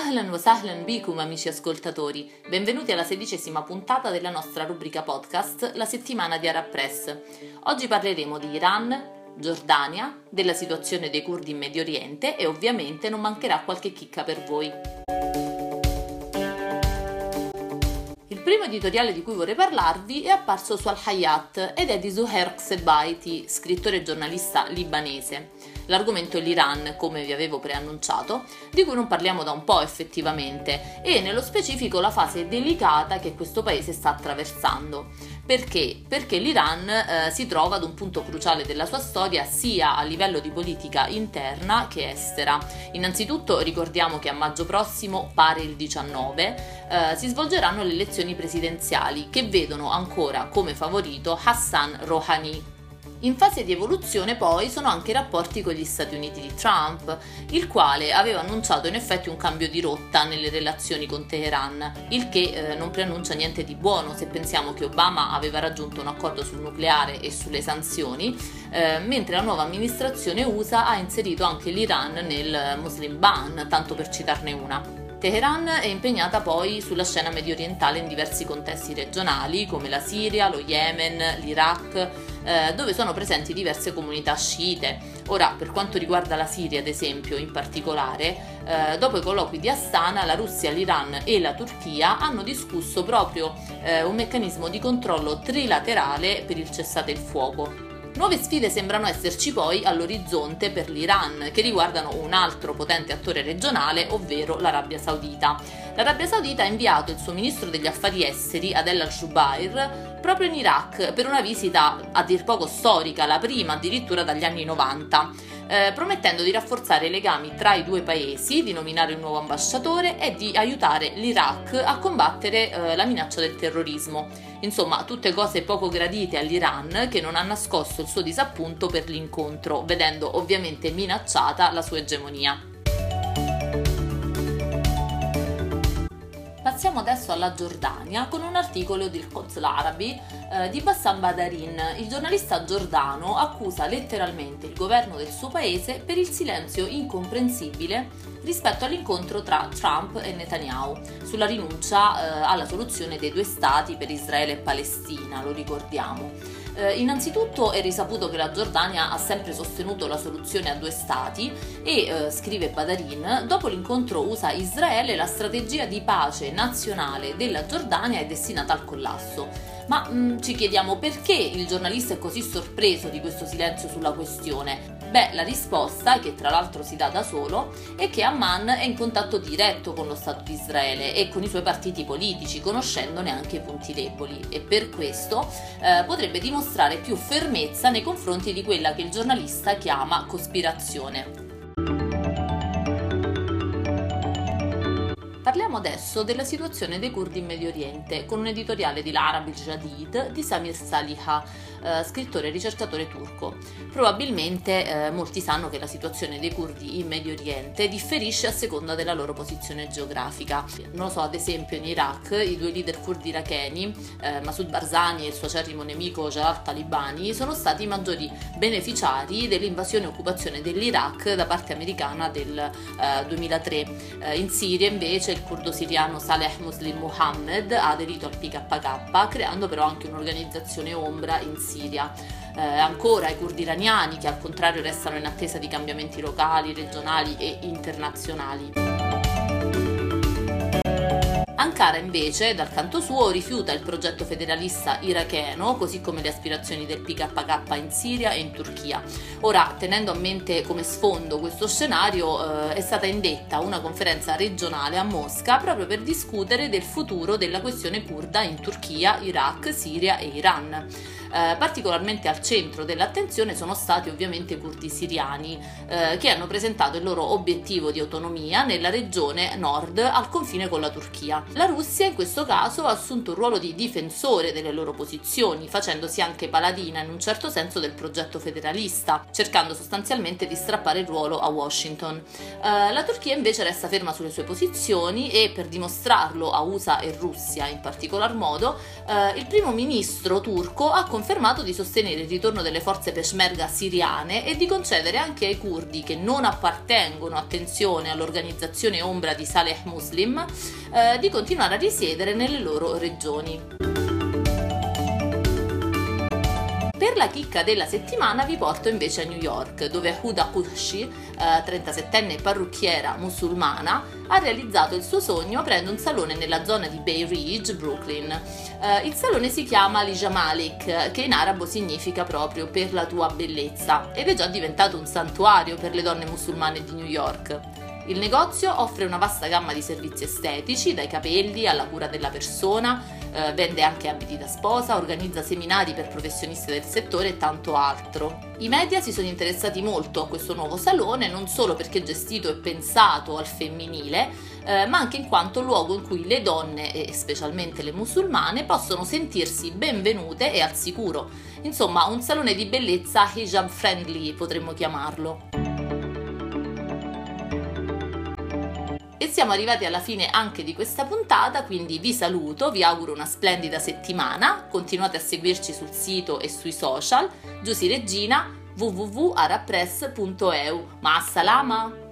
Ahlan wa sahlan bikum amici ascoltatori, benvenuti alla 16ª puntata della nostra rubrica podcast La settimana di Arab Press. Oggi parleremo di Iran, Giordania, della situazione dei curdi in Medio Oriente e ovviamente non mancherà qualche chicca per voi. Il primo editoriale di cui vorrei parlarvi è apparso su Al-Hayat ed è di Zuhair Qsebaiti, scrittore e giornalista libanese. L'argomento è l'Iran, come vi avevo preannunciato, di cui non parliamo da un po' effettivamente, e nello specifico la fase delicata che questo paese sta attraversando. Perché? Perché l'Iran si trova ad un punto cruciale della sua storia sia a livello di politica interna che estera. Innanzitutto ricordiamo che a maggio prossimo, pare il 19, si svolgeranno le elezioni presidenziali che vedono ancora come favorito Hassan Rouhani. In fase di evoluzione poi sono anche i rapporti con gli Stati Uniti di Trump, il quale aveva annunciato in effetti un cambio di rotta nelle relazioni con Teheran, il che non preannuncia niente di buono se pensiamo che Obama aveva raggiunto un accordo sul nucleare e sulle sanzioni, mentre la nuova amministrazione USA ha inserito anche l'Iran nel Muslim Ban, tanto per citarne una. Teheran è impegnata poi sulla scena medio orientale in diversi contesti regionali come la Siria, lo Yemen, l'Iraq, dove sono presenti diverse comunità sciite. Ora, per quanto riguarda la Siria, ad esempio, in particolare, dopo i colloqui di Astana, la Russia, l'Iran e la Turchia hanno discusso proprio un meccanismo di controllo trilaterale per il cessate il fuoco. Nuove sfide sembrano esserci poi all'orizzonte per l'Iran, che riguardano un altro potente attore regionale, ovvero l'Arabia Saudita. L'Arabia Saudita ha inviato il suo ministro degli affari esteri, Adel al-Jubair, proprio in Iraq per una visita a dir poco storica, la prima addirittura dagli anni 90, promettendo di rafforzare i legami tra i due paesi, di nominare un nuovo ambasciatore e di aiutare l'Iraq a combattere la minaccia del terrorismo. Insomma, tutte cose poco gradite all'Iran, che non ha nascosto il suo disappunto per l'incontro, vedendo ovviamente minacciata la sua egemonia. Passiamo adesso alla Giordania con un articolo del Quds Al-Arabi di Bassam Badarin. Il giornalista giordano accusa letteralmente il governo del suo paese per il silenzio incomprensibile rispetto all'incontro tra Trump e Netanyahu sulla rinuncia alla soluzione dei due stati per Israele e Palestina, lo ricordiamo. Innanzitutto è risaputo che la Giordania ha sempre sostenuto la soluzione a due stati e, scrive Badarin, dopo l'incontro USA-Israele la strategia di pace nazionale della Giordania è destinata al collasso. Ma ci chiediamo perché il giornalista è così sorpreso di questo silenzio sulla questione? Beh, la risposta, che tra l'altro si dà da solo, è che Amman è in contatto diretto con lo Stato di Israele e con i suoi partiti politici, conoscendone anche i punti deboli, e per questo potrebbe dimostrare più fermezza nei confronti di quella che il giornalista chiama cospirazione. Parliamo adesso della situazione dei curdi in Medio Oriente, con un editoriale di L'Arab al-Jadid di Samir Saliha, scrittore e ricercatore turco. Probabilmente molti sanno che la situazione dei curdi in Medio Oriente differisce a seconda della loro posizione geografica. Non lo so, ad esempio in Iraq i due leader curdi iracheni, Masoud Barzani e il suo acerrimo nemico Jalal Talibani, sono stati i maggiori beneficiari dell'invasione e occupazione dell'Iraq da parte americana del 2003. In Siria invece il curdo siriano Saleh Muslim Muhammad ha aderito al PKK, creando però anche un'organizzazione ombra in Siria. Ancora i curdi iraniani, che al contrario restano in attesa di cambiamenti locali, regionali e internazionali. Ankara invece, dal canto suo, rifiuta il progetto federalista iracheno, così come le aspirazioni del PKK in Siria e in Turchia. Ora, tenendo a mente come sfondo questo scenario, è stata indetta una conferenza regionale a Mosca proprio per discutere del futuro della questione curda in Turchia, Iraq, Siria e Iran. Particolarmente al centro dell'attenzione sono stati ovviamente i curdi siriani, che hanno presentato il loro obiettivo di autonomia nella regione nord al confine con la Turchia. La Russia in questo caso ha assunto un ruolo di difensore delle loro posizioni, facendosi anche paladina in un certo senso del progetto federalista, cercando sostanzialmente di strappare il ruolo a Washington. La Turchia invece resta ferma sulle sue posizioni e, per dimostrarlo a USA e Russia in particolar modo, il primo ministro turco ha confermato di sostenere il ritorno delle forze peshmerga siriane e di concedere anche ai curdi che non appartengono, attenzione, all'organizzazione ombra di Saleh Muslim, di continuare a risiedere nelle loro regioni. Per la chicca della settimana vi porto invece a New York, dove Huda Qureshi, 37enne parrucchiera musulmana, ha realizzato il suo sogno aprendo un salone nella zona di Bay Ridge, Brooklyn. Il salone si chiama Lijamalik, che in arabo significa proprio per la tua bellezza, ed è già diventato un santuario per le donne musulmane di New York. Il negozio offre una vasta gamma di servizi estetici, dai capelli alla cura della persona, vende anche abiti da sposa, organizza seminari per professionisti del settore e tanto altro. I media si sono interessati molto a questo nuovo salone, non solo perché è gestito e pensato al femminile, ma anche in quanto luogo in cui le donne, e specialmente le musulmane, possono sentirsi benvenute e al sicuro. Insomma, un salone di bellezza hijab friendly, potremmo chiamarlo. E siamo arrivati alla fine anche di questa puntata, quindi vi saluto, vi auguro una splendida settimana, continuate a seguirci sul sito e sui social. Giusy Regina, www.arabpress.eu. Ma salama!